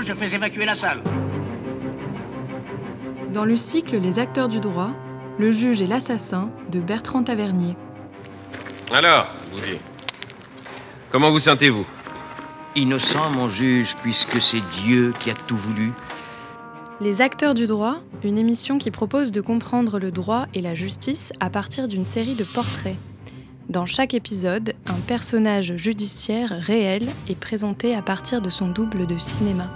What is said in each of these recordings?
je fais évacuer la salle. Dans le cycle Les acteurs du droit, Le juge et l'assassin de Bertrand Tavernier. Alors, Bouvier, comment vous sentez-vous ? Innocent, mon juge, puisque c'est Dieu qui a tout voulu. Les acteurs du droit, une émission qui propose de comprendre le droit et la justice à partir d'une série de portraits. Dans chaque épisode, un personnage judiciaire réel est présenté à partir de son double de cinéma.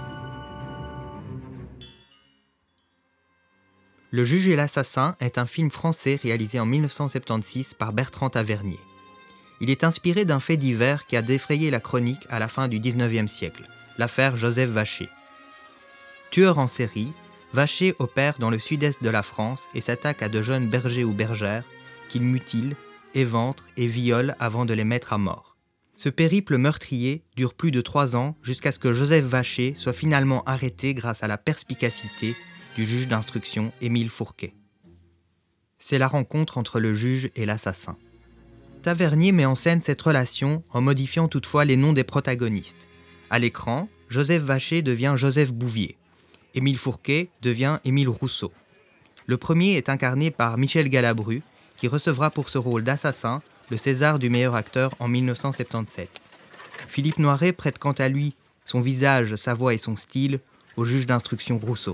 Le juge et l'assassin est un film français réalisé en 1976 par Bertrand Tavernier. Il est inspiré d'un fait divers qui a défrayé la chronique à la fin du XIXe siècle, l'affaire Joseph Vacher. Tueur en série, Vacher opère dans le sud-est de la France et s'attaque à de jeunes bergers ou bergères qu'il mutile, éventre et viole avant de les mettre à mort. Ce périple meurtrier dure plus de 3 ans jusqu'à ce que Joseph Vacher soit finalement arrêté grâce à la perspicacité du juge d'instruction Émile Fourquet. C'est la rencontre entre le juge et l'assassin. Tavernier met en scène cette relation en modifiant toutefois les noms des protagonistes. À l'écran, Joseph Vacher devient Joseph Bouvier. Émile Fourquet devient Émile Rousseau. Le premier est incarné par Michel Galabru, qui recevra pour ce rôle d'assassin le César du meilleur acteur en 1977. Philippe Noiret prête quant à lui son visage, sa voix et son style au juge d'instruction Rousseau.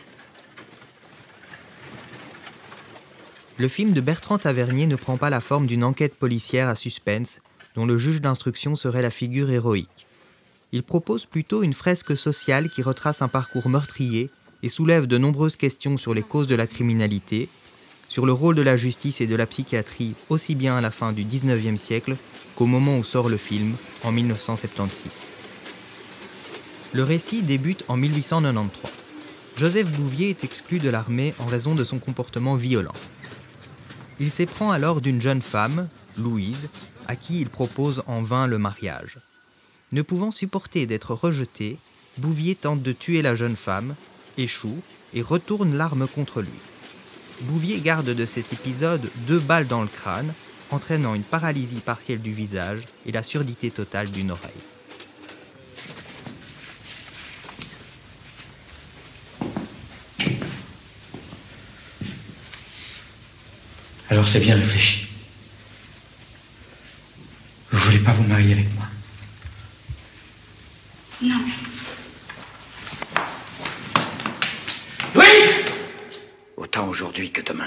Le film de Bertrand Tavernier ne prend pas la forme d'une enquête policière à suspense dont le juge d'instruction serait la figure héroïque. Il propose plutôt une fresque sociale qui retrace un parcours meurtrier et soulève de nombreuses questions sur les causes de la criminalité, sur le rôle de la justice et de la psychiatrie aussi bien à la fin du XIXe siècle qu'au moment où sort le film, en 1976. Le récit débute en 1893. Joseph Bouvier est exclu de l'armée en raison de son comportement violent. Il s'éprend alors d'une jeune femme, Louise, à qui il propose en vain le mariage. Ne pouvant supporter d'être rejeté, Bouvier tente de tuer la jeune femme, échoue et retourne l'arme contre lui. Bouvier garde de cet épisode 2 balles dans le crâne, entraînant une paralysie partielle du visage et la surdité totale d'une oreille. Alors c'est bien réfléchi. Vous voulez pas vous marier avec moi? Non. Louise! Autant aujourd'hui que demain.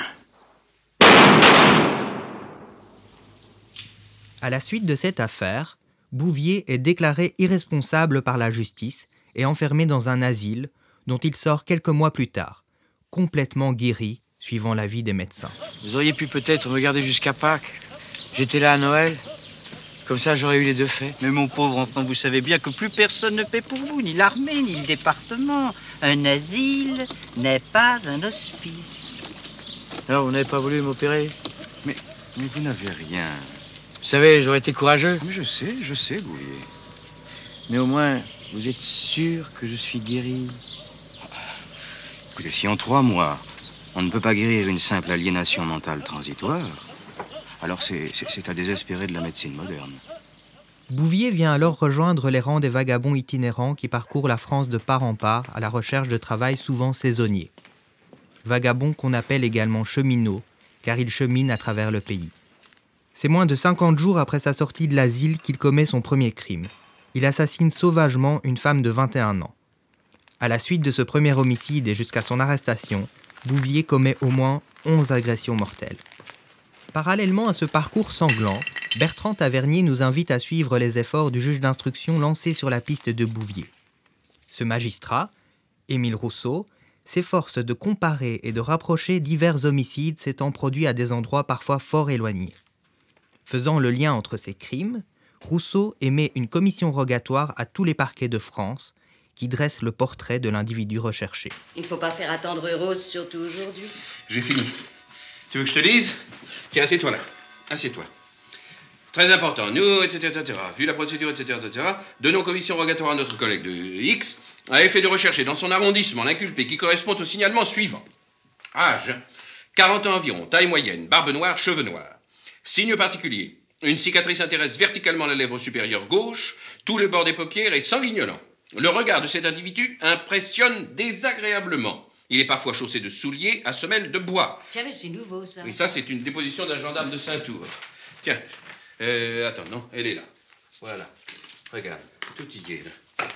À la suite de cette affaire, Bouvier est déclaré irresponsable par la justice et enfermé dans un asile dont il sort quelques mois plus tard, complètement guéri, suivant l'avis des médecins. Vous auriez pu peut-être me garder jusqu'à Pâques. J'étais là à Noël. Comme ça, j'aurais eu les 2 fêtes. Mais mon pauvre enfant, vous savez bien que plus personne ne paie pour vous, ni l'armée, ni le département. Un asile n'est pas un hospice. Alors, vous n'avez pas voulu m'opérer? Mais vous n'avez rien. Vous savez, j'aurais été courageux. Mais je sais, Bouvier. Mais au moins, vous êtes sûr que je suis guéri? Écoutez, si en 3 mois, on ne peut pas guérir une simple aliénation mentale transitoire, alors c'est à désespérer de la médecine moderne. Bouvier vient alors rejoindre les rangs des vagabonds itinérants qui parcourent la France de part en part à la recherche de travail souvent saisonnier. Vagabonds qu'on appelle également cheminots, car ils cheminent à travers le pays. C'est moins de 50 jours après sa sortie de l'asile qu'il commet son premier crime. Il assassine sauvagement une femme de 21 ans. À la suite de ce premier homicide et jusqu'à son arrestation, Bouvier commet au moins 11 agressions mortelles. Parallèlement à ce parcours sanglant, Bertrand Tavernier nous invite à suivre les efforts du juge d'instruction lancé sur la piste de Bouvier. Ce magistrat, Émile Rousseau, s'efforce de comparer et de rapprocher divers homicides s'étant produits à des endroits parfois fort éloignés. Faisant le lien entre ces crimes, Rousseau émet une commission rogatoire à tous les parquets de France qui dresse le portrait de l'individu recherché. Il ne faut pas faire attendre Rose, surtout aujourd'hui. J'ai fini. Tu veux que je te lise ? Tiens, assieds-toi là. Assieds-toi. Très important. Nous, etc., vu la procédure, etc., donnons commission rogatoire à notre collègue de X à effet de rechercher dans son arrondissement l'inculpé qui correspond au signalement suivant. Âge, 40 ans environ, taille moyenne, barbe noire, cheveux noirs. Signe particulier, une cicatrice intéresse verticalement la lèvre supérieure gauche, tout le bord des paupières est sanguignolant. Le regard de cet individu impressionne désagréablement. Il est parfois chaussé de souliers à semelles de bois. Tiens, mais c'est nouveau, ça. Oui, ça, c'est une déposition d'un gendarme de Saint-Tour. Tiens, attends, non, elle est là. Voilà, regarde, tout y est, là.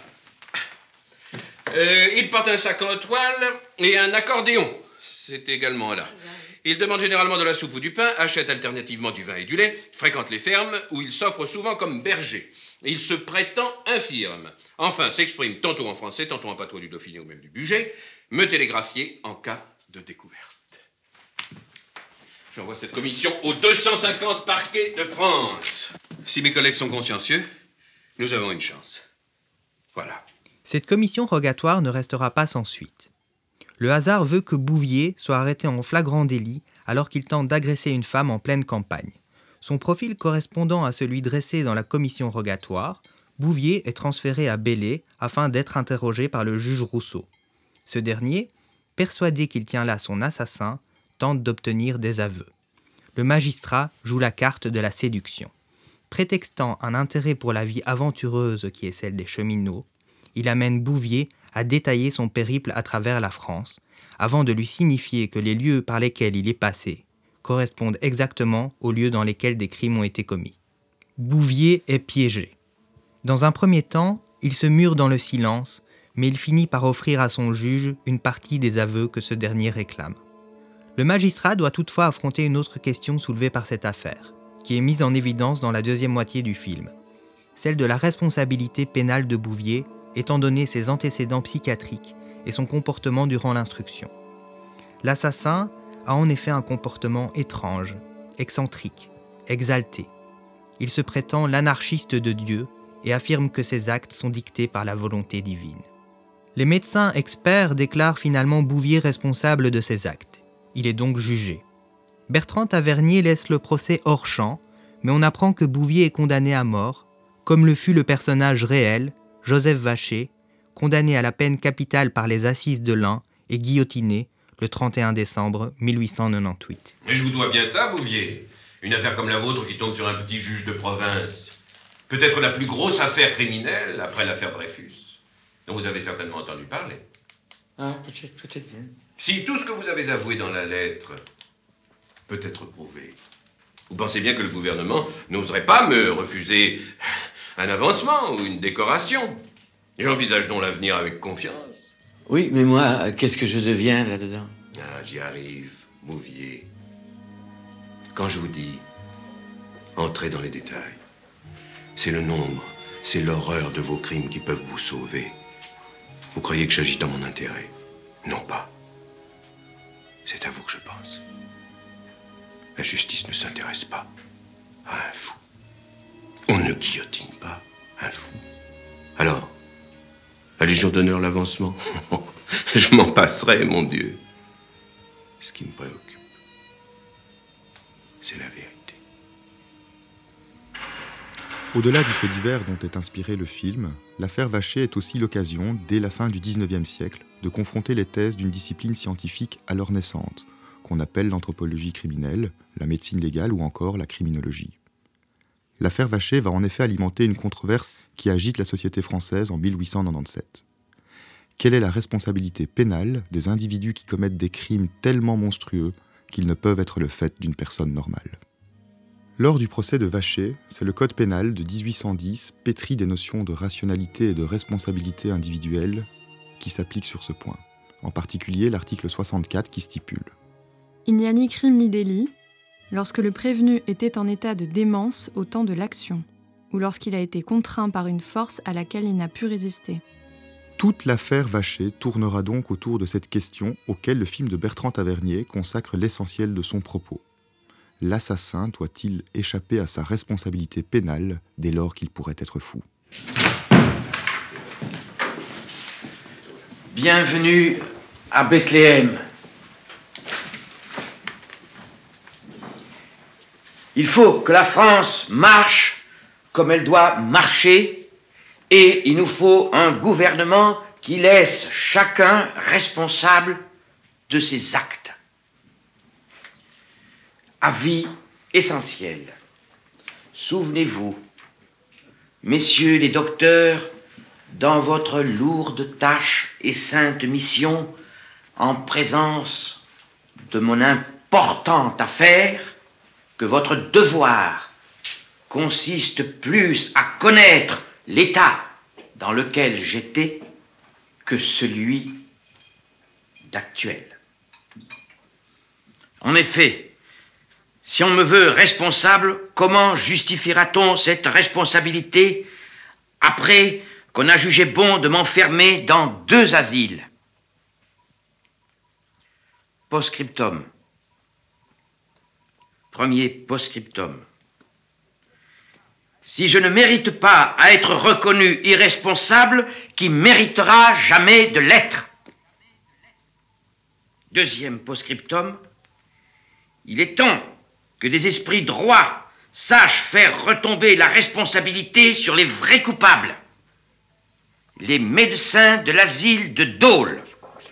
Il porte un sac en toile et un accordéon. C'est également là. Il demande généralement de la soupe ou du pain, achète alternativement du vin et du lait, fréquente les fermes où il s'offre souvent comme berger. Il se prétend infirme. Enfin, s'exprime tantôt en français, tantôt en patois du Dauphiné ou même du Bugey, me télégraphier en cas de découverte. J'envoie cette commission aux 250 parquets de France. Si mes collègues sont consciencieux, nous avons une chance. Voilà. Cette commission rogatoire ne restera pas sans suite. Le hasard veut que Bouvier soit arrêté en flagrant délit alors qu'il tente d'agresser une femme en pleine campagne. Son profil correspondant à celui dressé dans la commission rogatoire, Bouvier est transféré à Belley afin d'être interrogé par le juge Rousseau. Ce dernier, persuadé qu'il tient là son assassin, tente d'obtenir des aveux. Le magistrat joue la carte de la séduction. Prétextant un intérêt pour la vie aventureuse qui est celle des cheminots, il amène Bouvier à détailler son périple à travers la France, avant de lui signifier que les lieux par lesquels il est passé correspondent exactement aux lieux dans lesquels des crimes ont été commis. Bouvier est piégé. Dans un premier temps, il se mure dans le silence, mais il finit par offrir à son juge une partie des aveux que ce dernier réclame. Le magistrat doit toutefois affronter une autre question soulevée par cette affaire, qui est mise en évidence dans la deuxième moitié du film, celle de la responsabilité pénale de Bouvier étant donné ses antécédents psychiatriques et son comportement durant l'instruction. L'assassin a en effet un comportement étrange, excentrique, exalté. Il se prétend l'anarchiste de Dieu et affirme que ses actes sont dictés par la volonté divine. Les médecins experts déclarent finalement Bouvier responsable de ses actes. Il est donc jugé. Bertrand Tavernier laisse le procès hors champ, mais on apprend que Bouvier est condamné à mort, comme le fut le personnage réel, Joseph Vacher, condamné à la peine capitale par les assises de l'Ain et guillotiné le 31 décembre 1898. Mais je vous dois bien ça, Bouvier. Une affaire comme la vôtre qui tombe sur un petit juge de province. Peut-être la plus grosse affaire criminelle après l'affaire Dreyfus, dont vous avez certainement entendu parler. Ah, peut-être bien. Si tout ce que vous avez avoué dans la lettre peut être prouvé, vous pensez bien que le gouvernement n'oserait pas me refuser un avancement ou une décoration. J'envisage donc l'avenir avec confiance. Oui, mais moi, qu'est-ce que je deviens là-dedans? Ah, j'y arrive, Bouvier. Quand je vous dis, entrez dans les détails. C'est le nombre, c'est l'horreur de vos crimes qui peuvent vous sauver. Vous croyez que j'agis dans mon intérêt? Non pas. C'est à vous que je pense. La justice ne s'intéresse pas à un fou. On ne guillotine pas un fou. Alors, la Légion d'honneur, l'avancement, je m'en passerai, mon Dieu. Ce qui me préoccupe, c'est la vérité. Au-delà du fait divers dont est inspiré le film, l'affaire Vacher est aussi l'occasion, dès la fin du XIXe siècle, de confronter les thèses d'une discipline scientifique alors naissante, qu'on appelle l'anthropologie criminelle, la médecine légale ou encore la criminologie. L'affaire Vacher va en effet alimenter une controverse qui agite la société française en 1897. Quelle est la responsabilité pénale des individus qui commettent des crimes tellement monstrueux qu'ils ne peuvent être le fait d'une personne normale? Lors du procès de Vacher, c'est le code pénal de 1810, pétri des notions de rationalité et de responsabilité individuelle, qui s'applique sur ce point, en particulier l'article 64 qui stipule « Il n'y a ni crime ni délit lorsque le prévenu était en état de démence au temps de l'action, ou lorsqu'il a été contraint par une force à laquelle il n'a pu résister. » Toute l'affaire Vacher tournera donc autour de cette question auquel le film de Bertrand Tavernier consacre l'essentiel de son propos. L'assassin doit-il échapper à sa responsabilité pénale dès lors qu'il pourrait être fou? Bienvenue à Bethléem. Il faut que la France marche comme elle doit marcher et il nous faut un gouvernement qui laisse chacun responsable de ses actes. Avis essentiel. Souvenez-vous, messieurs les docteurs, dans votre lourde tâche et sainte mission, en présence de mon importante affaire, que votre devoir consiste plus à connaître l'état dans lequel j'étais que celui d'actuel. En effet, si on me veut responsable, comment justifiera-t-on cette responsabilité après qu'on a jugé bon de m'enfermer dans 2 asiles? Post-scriptum. Premier post-scriptum. Si je ne mérite pas à être reconnu irresponsable, qui méritera jamais de l'être? Deuxième post-scriptum. Il est temps que des esprits droits sachent faire retomber la responsabilité sur les vrais coupables. Les médecins de l'asile de Dole.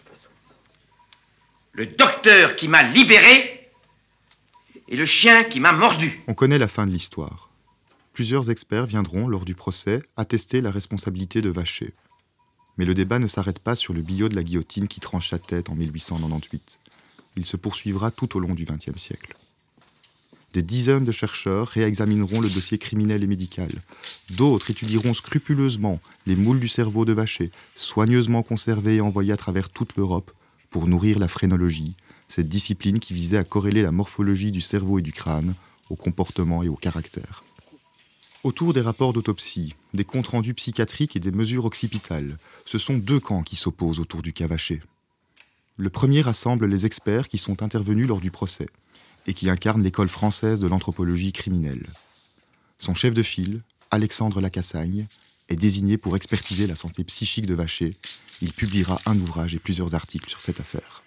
Le docteur qui m'a libéré et le chien qui m'a mordu. On connaît la fin de l'histoire. Plusieurs experts viendront, lors du procès, attester la responsabilité de Vacher. Mais le débat ne s'arrête pas sur le billot de la guillotine qui tranche sa tête en 1898. Il se poursuivra tout au long du XXe siècle. Des dizaines de chercheurs réexamineront le dossier criminel et médical. D'autres étudieront scrupuleusement les moules du cerveau de Vacher, soigneusement conservés et envoyés à travers toute l'Europe pour nourrir la phrénologie, cette discipline qui visait à corréler la morphologie du cerveau et du crâne au comportement et au caractère. Autour des rapports d'autopsie, des comptes rendus psychiatriques et des mesures occipitales, ce sont 2 camps qui s'opposent autour du cas Vacher. Le premier rassemble les experts qui sont intervenus lors du procès et qui incarnent l'école française de l'anthropologie criminelle. Son chef de file, Alexandre Lacassagne, est désigné pour expertiser la santé psychique de Vacher. Il publiera un ouvrage et plusieurs articles sur cette affaire.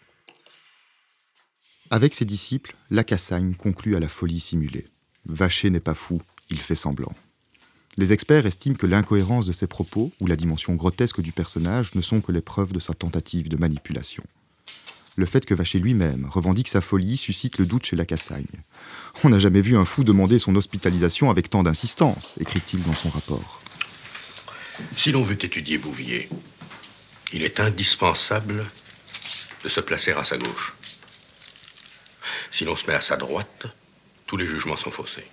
Avec ses disciples, Lacassagne conclut à la folie simulée. Vacher n'est pas fou, il fait semblant. Les experts estiment que l'incohérence de ses propos ou la dimension grotesque du personnage ne sont que les preuves de sa tentative de manipulation. Le fait que Vacher lui-même revendique sa folie suscite le doute chez Lacassagne. « On n'a jamais vu un fou demander son hospitalisation avec tant d'insistance », écrit-il dans son rapport. Si l'on veut étudier Bouvier, il est indispensable de se placer à sa gauche. Si l'on se met à sa droite, tous les jugements sont faussés.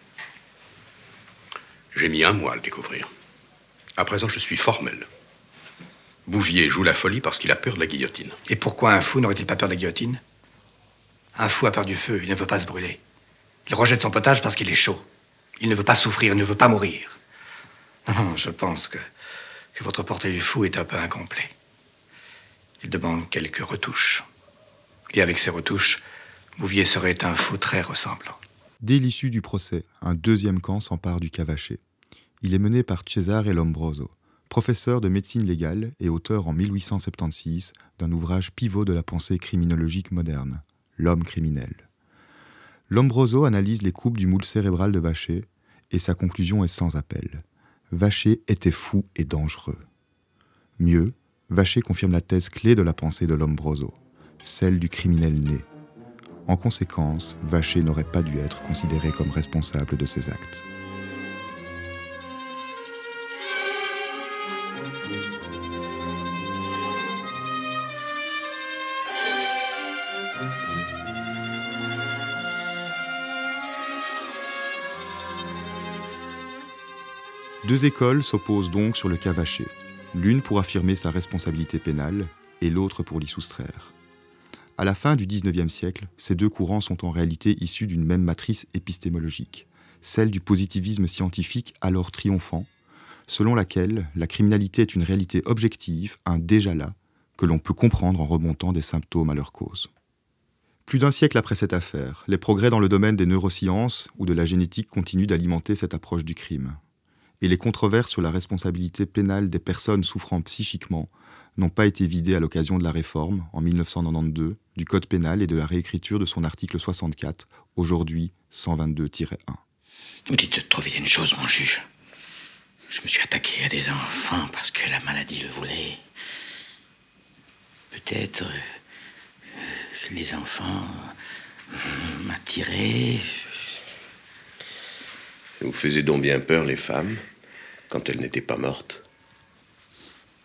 J'ai mis 1 mois à le découvrir. À présent, je suis formel. Bouvier joue la folie parce qu'il a peur de la guillotine. Et pourquoi un fou n'aurait-il pas peur de la guillotine? Un fou a peur du feu, il ne veut pas se brûler. Il rejette son potage parce qu'il est chaud. Il ne veut pas souffrir, il ne veut pas mourir. Non, je pense que votre portrait du fou est un peu incomplet. Il demande quelques retouches. Et avec ces retouches, Bouvier serait un fou très ressemblant. Dès l'issue du procès, un 2e camp s'empare du cas Vacher. Il est mené par Cesare Lombroso, professeur de médecine légale et auteur en 1876 d'un ouvrage pivot de la pensée criminologique moderne, L'homme criminel. Lombroso analyse les coupes du moule cérébral de Vacher et sa conclusion est sans appel. Vacher était fou et dangereux. Mieux, Vacher confirme la thèse clé de la pensée de Lombroso, celle du criminel né. En conséquence, Vacher n'aurait pas dû être considéré comme responsable de ses actes. Deux écoles s'opposent donc sur le cas Vacher, l'une pour affirmer sa responsabilité pénale et l'autre pour l'y soustraire. À la fin du XIXe siècle, ces 2 courants sont en réalité issus d'une même matrice épistémologique, celle du positivisme scientifique alors triomphant, selon laquelle la criminalité est une réalité objective, un déjà-là, que l'on peut comprendre en remontant des symptômes à leur cause. Plus d'1 siècle après cette affaire, les progrès dans le domaine des neurosciences ou de la génétique continuent d'alimenter cette approche du crime. Et les controverses sur la responsabilité pénale des personnes souffrant psychiquement n'ont pas été vidées à l'occasion de la réforme, en 1992, du Code pénal et de la réécriture de son article 64, aujourd'hui 122-1. Vous dites trop vite une chose, mon juge. Je me suis attaqué à des enfants parce que la maladie le voulait. Peut-être les enfants m'attiraient. Vous faisiez donc bien peur, les femmes, quand elles n'étaient pas mortes?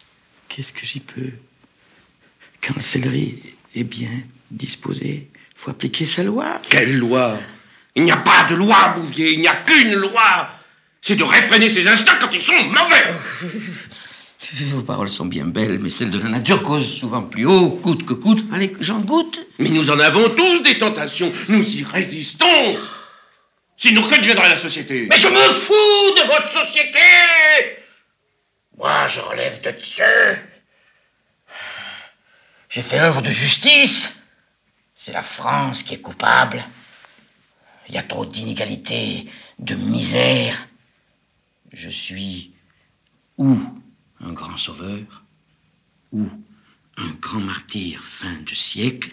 Qu'est-ce que j'y peux? Quand le céleri est bien disposé, faut appliquer sa loi. Quelle loi? Il n'y a pas de loi, Bouvier, il n'y a qu'une loi. C'est de réfréner ses instincts quand ils sont mauvais. Vos paroles sont bien belles, mais celles de la nature causent souvent plus haut, coûte que coûte. Allez, j'en goûte. Mais nous en avons tous des tentations. Nous y résistons. Sinon, que deviendra la société? Mais je me fous de votre société! Moi, je relève de Dieu. J'ai fait œuvre de justice. C'est la France qui est coupable. Il y a trop d'inégalités, de misère. Je suis ou un grand sauveur, ou un grand martyr fin de siècle,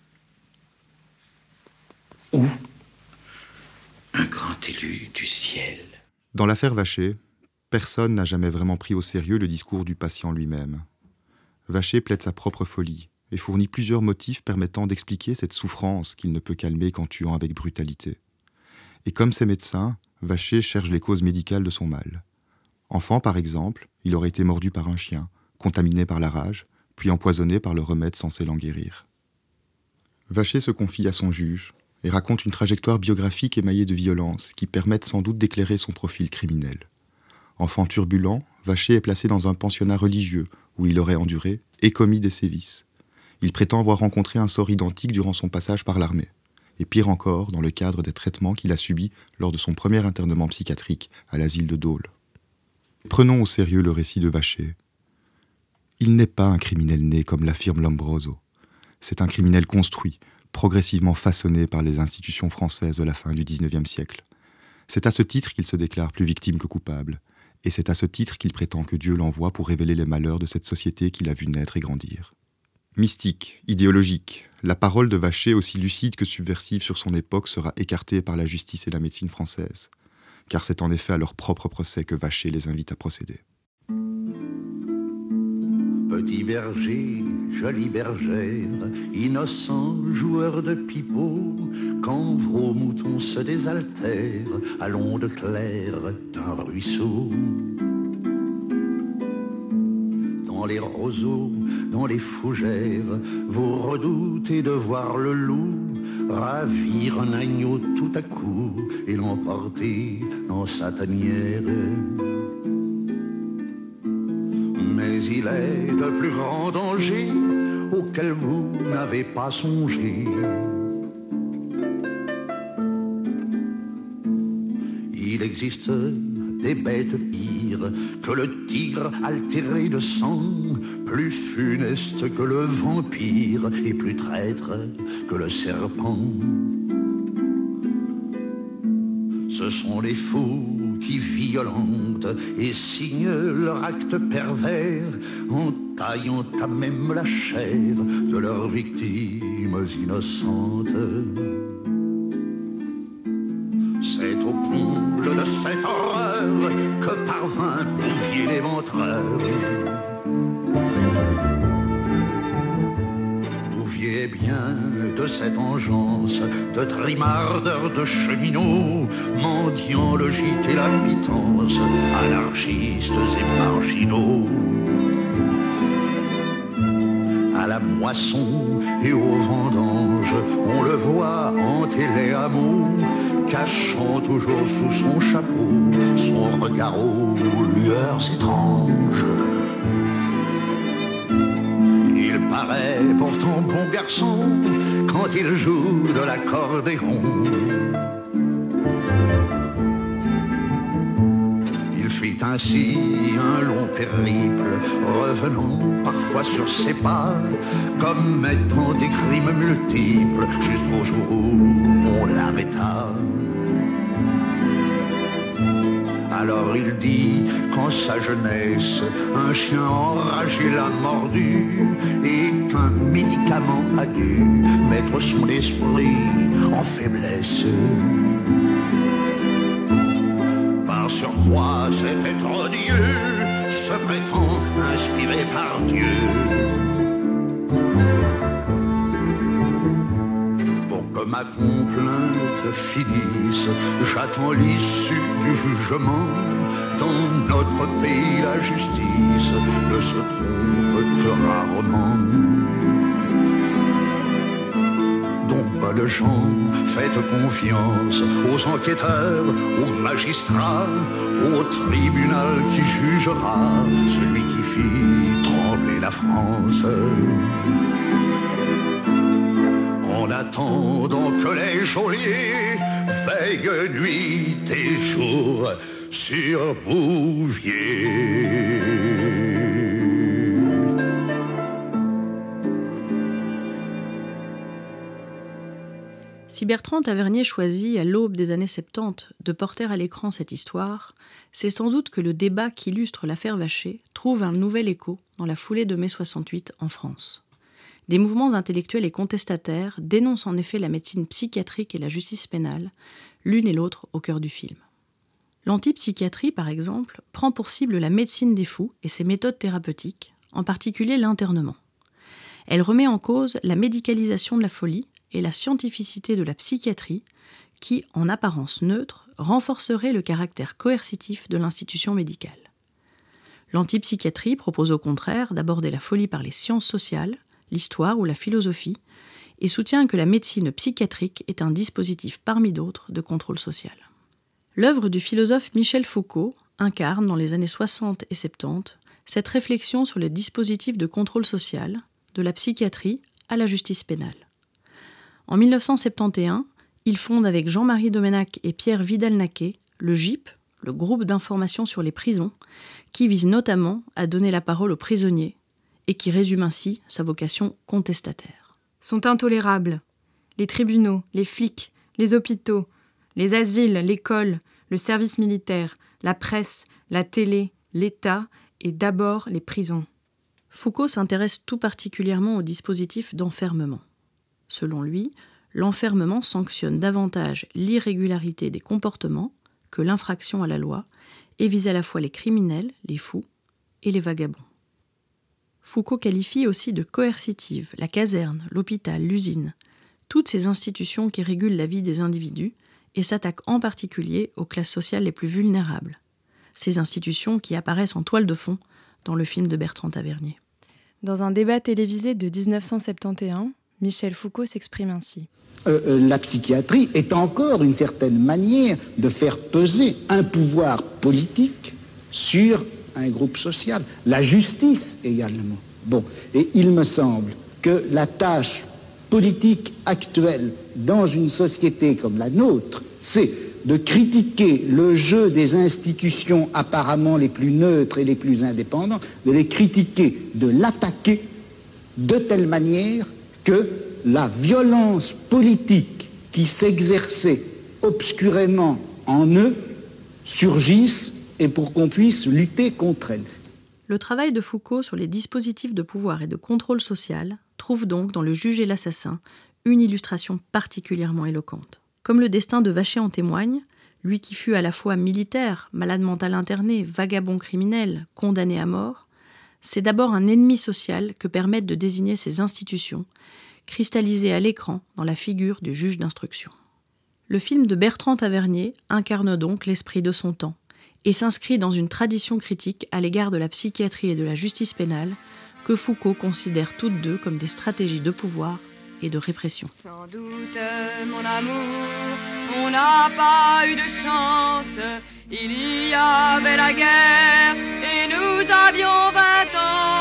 ou un grand élu du ciel. Dans l'affaire Vacher, personne n'a jamais vraiment pris au sérieux le discours du patient lui-même. Vacher plaide sa propre folie et fournit plusieurs motifs permettant d'expliquer cette souffrance qu'il ne peut calmer qu'en tuant avec brutalité. Et comme ses médecins, Vacher cherche les causes médicales de son mal. Enfant, par exemple, il aurait été mordu par un chien, contaminé par la rage, puis empoisonné par le remède censé l'en guérir. Vacher se confie à son juge et raconte une trajectoire biographique émaillée de violences qui permettent sans doute d'éclairer son profil criminel. Enfant turbulent, Vacher est placé dans un pensionnat religieux où il aurait enduré et commis des sévices. Il prétend avoir rencontré un sort identique durant son passage par l'armée. Et pire encore, dans le cadre des traitements qu'il a subis lors de son premier internement psychiatrique à l'asile de Dole. Prenons au sérieux le récit de Vacher. Il n'est pas un criminel né comme l'affirme Lombroso. C'est un criminel construit, progressivement façonné par les institutions françaises de la fin du XIXe siècle. C'est à ce titre qu'il se déclare plus victime que coupable, et c'est à ce titre qu'il prétend que Dieu l'envoie pour révéler les malheurs de cette société qu'il a vu naître et grandir. Mystique, idéologique, la parole de Vacher, aussi lucide que subversive sur son époque, sera écartée par la justice et la médecine française, car c'est en effet à leur propre procès que Vacher les invite à procéder. Petit berger, jolie bergère, innocent joueur de pipeau, quand vos moutons se désaltèrent à l'onde claire d'un ruisseau. Dans les roseaux, dans les fougères, vous redoutez de voir le loup ravir un agneau tout à coup et l'emporter dans sa tanière. Mais il est de plus grands dangers auxquels vous n'avez pas songé. Il existe des bêtes pires que le tigre altéré de sang, plus funeste que le vampire et plus traître que le serpent. Ce sont les fous qui violentent et signent leur acte pervers en taillant à même la chair de leurs victimes innocentes. C'est au comble de cette horreur que parvint Bouvier l'éventreur. Bouvier est bien de cette engeance de trimardeurs de cheminots, mendiants le gîte et la pitance, anarchistes et marginaux. À la moisson et aux vendanges, on le voit hanter les hameaux, cachant toujours sous son chapeau son regard aux lueurs étranges. Il paraît pourtant bon garçon quand il joue de l'accordéon. Il fit ainsi un long périple, revenant parfois sur ses pas, commettant des crimes multiples jusqu'au jour où on l'arrêta. Alors il dit qu'en sa jeunesse, un chien enragé l'a mordu et qu'un médicament a dû mettre son esprit en faiblesse. Par surcroît, cet être odieux se prétend inspiré par Dieu. Que ma complainte finisse, j'attends l'issue du jugement. Dans notre pays, la justice ne se trompe que rarement. Donc pas de chant, faites confiance aux enquêteurs, aux magistrats, au tribunal qui jugera celui qui fit trembler la France. En attendant que les geôliers veillent nuit et jour sur Bouvier. Si Bertrand Tavernier choisit, à l'aube des années 70, de porter à l'écran cette histoire, c'est sans doute que le débat qui illustre l'affaire Vacher trouve un nouvel écho dans la foulée de mai 68 en France. Des mouvements intellectuels et contestataires dénoncent en effet la médecine psychiatrique et la justice pénale, l'une et l'autre au cœur du film. L'antipsychiatrie, par exemple, prend pour cible la médecine des fous et ses méthodes thérapeutiques, en particulier l'internement. Elle remet en cause la médicalisation de la folie et la scientificité de la psychiatrie qui, en apparence neutre, renforcerait le caractère coercitif de l'institution médicale. L'antipsychiatrie propose au contraire d'aborder la folie par les sciences sociales, l'histoire ou la philosophie, et soutient que la médecine psychiatrique est un dispositif parmi d'autres de contrôle social. L'œuvre du philosophe Michel Foucault incarne, dans les années 60 et 70, cette réflexion sur les dispositifs de contrôle social, de la psychiatrie à la justice pénale. En 1971, il fonde avec Jean-Marie Doménac et Pierre Vidal-Naquet le GIP, le groupe d'information sur les prisons, qui vise notamment à donner la parole aux prisonniers et qui résume ainsi sa vocation contestataire. Sont intolérables les tribunaux, les flics, les hôpitaux, les asiles, l'école, le service militaire, la presse, la télé, l'État et d'abord les prisons. Foucault s'intéresse tout particulièrement au dispositif d'enfermement. Selon lui, l'enfermement sanctionne davantage l'irrégularité des comportements que l'infraction à la loi et vise à la fois les criminels, les fous et les vagabonds. Foucault qualifie aussi de coercitives la caserne, l'hôpital, l'usine, toutes ces institutions qui régulent la vie des individus et s'attaque en particulier aux classes sociales les plus vulnérables, ces institutions qui apparaissent en toile de fond dans le film de Bertrand Tavernier. Dans un débat télévisé de 1971, Michel Foucault s'exprime ainsi. La psychiatrie est encore une certaine manière de faire peser un pouvoir politique sur un groupe social. La justice également. Bon, et il me semble que la tâche politique actuelle dans une société comme la nôtre, c'est de critiquer le jeu des institutions apparemment les plus neutres et les plus indépendantes, de les critiquer, de l'attaquer de telle manière que la violence politique qui s'exerçait obscurément en eux surgisse et pour qu'on puisse lutter contre elle. Le travail de Foucault sur les dispositifs de pouvoir et de contrôle social trouve donc dans Le Juge et l'Assassin une illustration particulièrement éloquente. Comme le destin de Vacher en témoigne, lui qui fut à la fois militaire, malade mental interné, vagabond criminel, condamné à mort, c'est d'abord un ennemi social que permettent de désigner ces institutions, cristallisées à l'écran dans la figure du juge d'instruction. Le film de Bertrand Tavernier incarne donc l'esprit de son temps et s'inscrit dans une tradition critique à l'égard de la psychiatrie et de la justice pénale que Foucault considère toutes deux comme des stratégies de pouvoir et de répression. Sans doute, mon amour, on n'a pas eu de chance. Il y avait la guerre et nous avions 20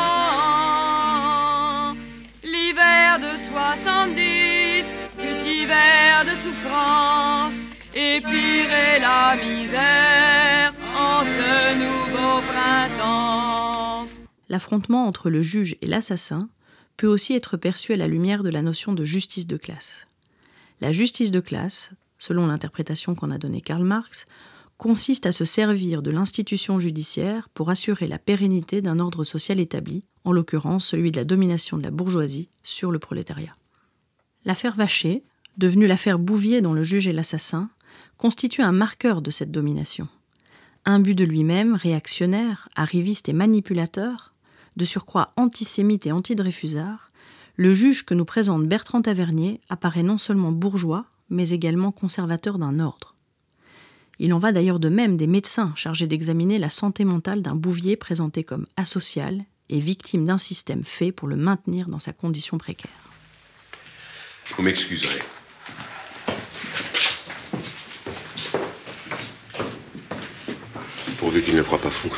ans. L'hiver de 70 fut hiver de souffrance et pire est la misère en ce nouveau printemps. L'affrontement entre le juge et l'assassin peut aussi être perçu à la lumière de la notion de justice de classe. La justice de classe, selon l'interprétation qu'en a donnée Karl Marx, consiste à se servir de l'institution judiciaire pour assurer la pérennité d'un ordre social établi, en l'occurrence celui de la domination de la bourgeoisie sur le prolétariat. L'affaire Vacher, devenue l'affaire Bouvier dans Le Juge et l'Assassin, constitue un marqueur de cette domination. Imbu de lui-même, réactionnaire, arriviste et manipulateur, de surcroît antisémite et anti-Dreyfusard, le juge que nous présente Bertrand Tavernier apparaît non seulement bourgeois, mais également conservateur d'un ordre. Il en va d'ailleurs de même des médecins chargés d'examiner la santé mentale d'un Bouvier présenté comme asocial, et victime d'un système fait pour le maintenir dans sa condition précaire. Vous m'excuserez. Pourvu qu'il ne croit pas fou.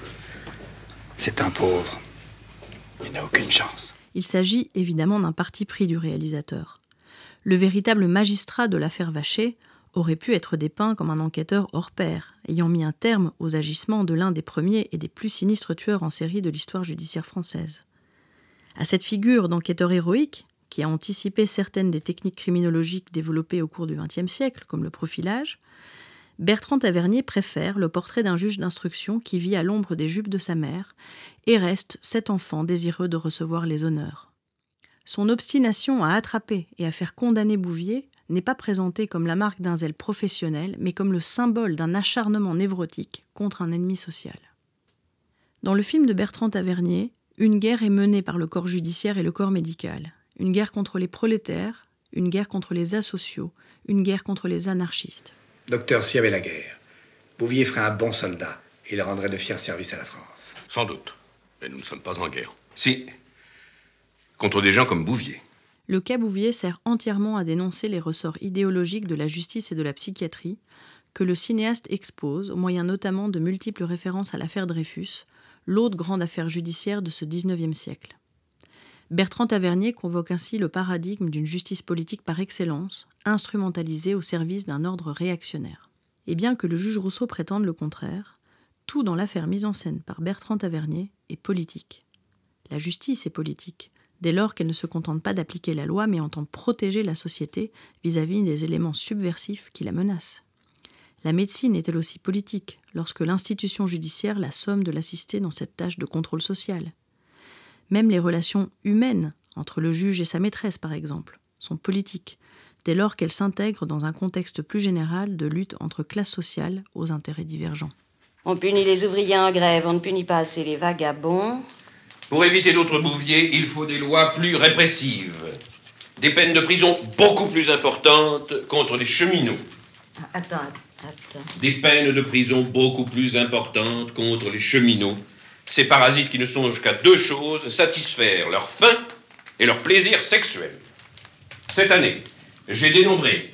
C'est un pauvre. Il n'a aucune chance. Il s'agit évidemment d'un parti pris du réalisateur. Le véritable magistrat de l'affaire Vacher aurait pu être dépeint comme un enquêteur hors pair, ayant mis un terme aux agissements de l'un des premiers et des plus sinistres tueurs en série de l'histoire judiciaire française. À cette figure d'enquêteur héroïque, qui a anticipé certaines des techniques criminologiques développées au cours du XXe siècle, comme le profilage, Bertrand Tavernier préfère le portrait d'un juge d'instruction qui vit à l'ombre des jupes de sa mère et reste cet enfant désireux de recevoir les honneurs. Son obstination à attraper et à faire condamner Bouvier n'est pas présentée comme la marque d'un zèle professionnel, mais comme le symbole d'un acharnement névrotique contre un ennemi social. Dans le film de Bertrand Tavernier, une guerre est menée par le corps judiciaire et le corps médical. Une guerre contre les prolétaires, une guerre contre les asociaux, une guerre contre les anarchistes. Docteur, s'il y avait la guerre, Bouvier ferait un bon soldat et il rendrait de fiers services à la France. Sans doute. Mais nous ne sommes pas en guerre. Si. Contre des gens comme Bouvier. Le cas Bouvier sert entièrement à dénoncer les ressorts idéologiques de la justice et de la psychiatrie que le cinéaste expose, au moyen notamment de multiples références à l'affaire Dreyfus, l'autre grande affaire judiciaire de ce XIXe siècle. Bertrand Tavernier convoque ainsi le paradigme d'une justice politique par excellence, instrumentalisée au service d'un ordre réactionnaire. Et bien que le juge Rousseau prétende le contraire, tout dans l'affaire mise en scène par Bertrand Tavernier est politique. La justice est politique, dès lors qu'elle ne se contente pas d'appliquer la loi mais entend protéger la société vis-à-vis des éléments subversifs qui la menacent. La médecine est elle aussi politique, lorsque l'institution judiciaire la somme de l'assister dans cette tâche de contrôle social. Même les relations humaines, entre le juge et sa maîtresse par exemple, sont politiques, dès lors qu'elles s'intègrent dans un contexte plus général de lutte entre classes sociales aux intérêts divergents. On punit les ouvriers en grève, on ne punit pas assez les vagabonds. Pour éviter d'autres Bouviers, il faut des lois plus répressives. Des peines de prison beaucoup plus importantes contre les cheminots. Attends. Des peines de prison beaucoup plus importantes contre les cheminots. Ces parasites qui ne songent qu'à deux choses, satisfaire leur faim et leur plaisir sexuel. Cette année, j'ai dénombré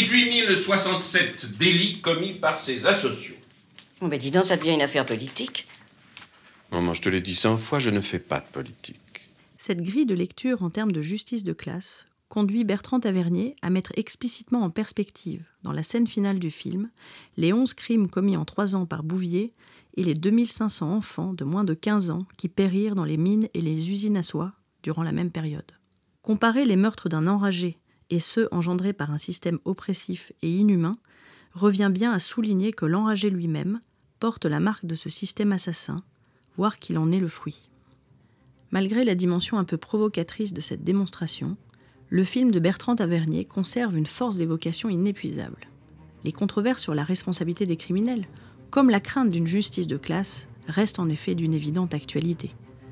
18 067 délits commis par ces asociaux. Oh, ben dis donc, ça devient une affaire politique. Maman, je te l'ai dit 100 fois, je ne fais pas de politique. Cette grille de lecture en termes de justice de classe conduit Bertrand Tavernier à mettre explicitement en perspective, dans la scène finale du film, les 11 crimes commis en 3 ans par Bouvier et les 2500 enfants de moins de 15 ans qui périrent dans les mines et les usines à soie durant la même période. Comparer les meurtres d'un enragé et ceux engendrés par un système oppressif et inhumain revient bien à souligner que l'enragé lui-même porte la marque de ce système assassin, voire qu'il en est le fruit. Malgré la dimension un peu provocatrice de cette démonstration, le film de Bertrand Tavernier conserve une force d'évocation inépuisable. Les controverses sur la responsabilité des criminels, comme la crainte d'une justice de classe, restent en effet d'une évidente actualité.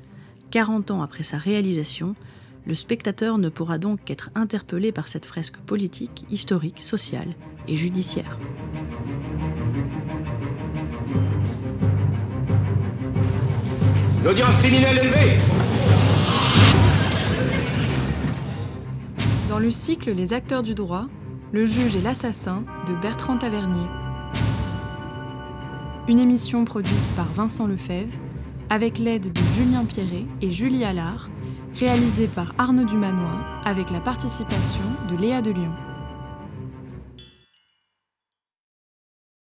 40 ans après sa réalisation, le spectateur ne pourra donc qu'être interpellé par cette fresque politique, historique, sociale et judiciaire. L'audience criminelle est levée. Dans le cycle Les acteurs du droit, Le juge et l'assassin de Bertrand Tavernier. Une émission produite par Vincent Lefebvre, avec l'aide de Julien Pierret et Julie Allard, réalisée par Arnaud Dumanois, avec la participation de Léa Delion.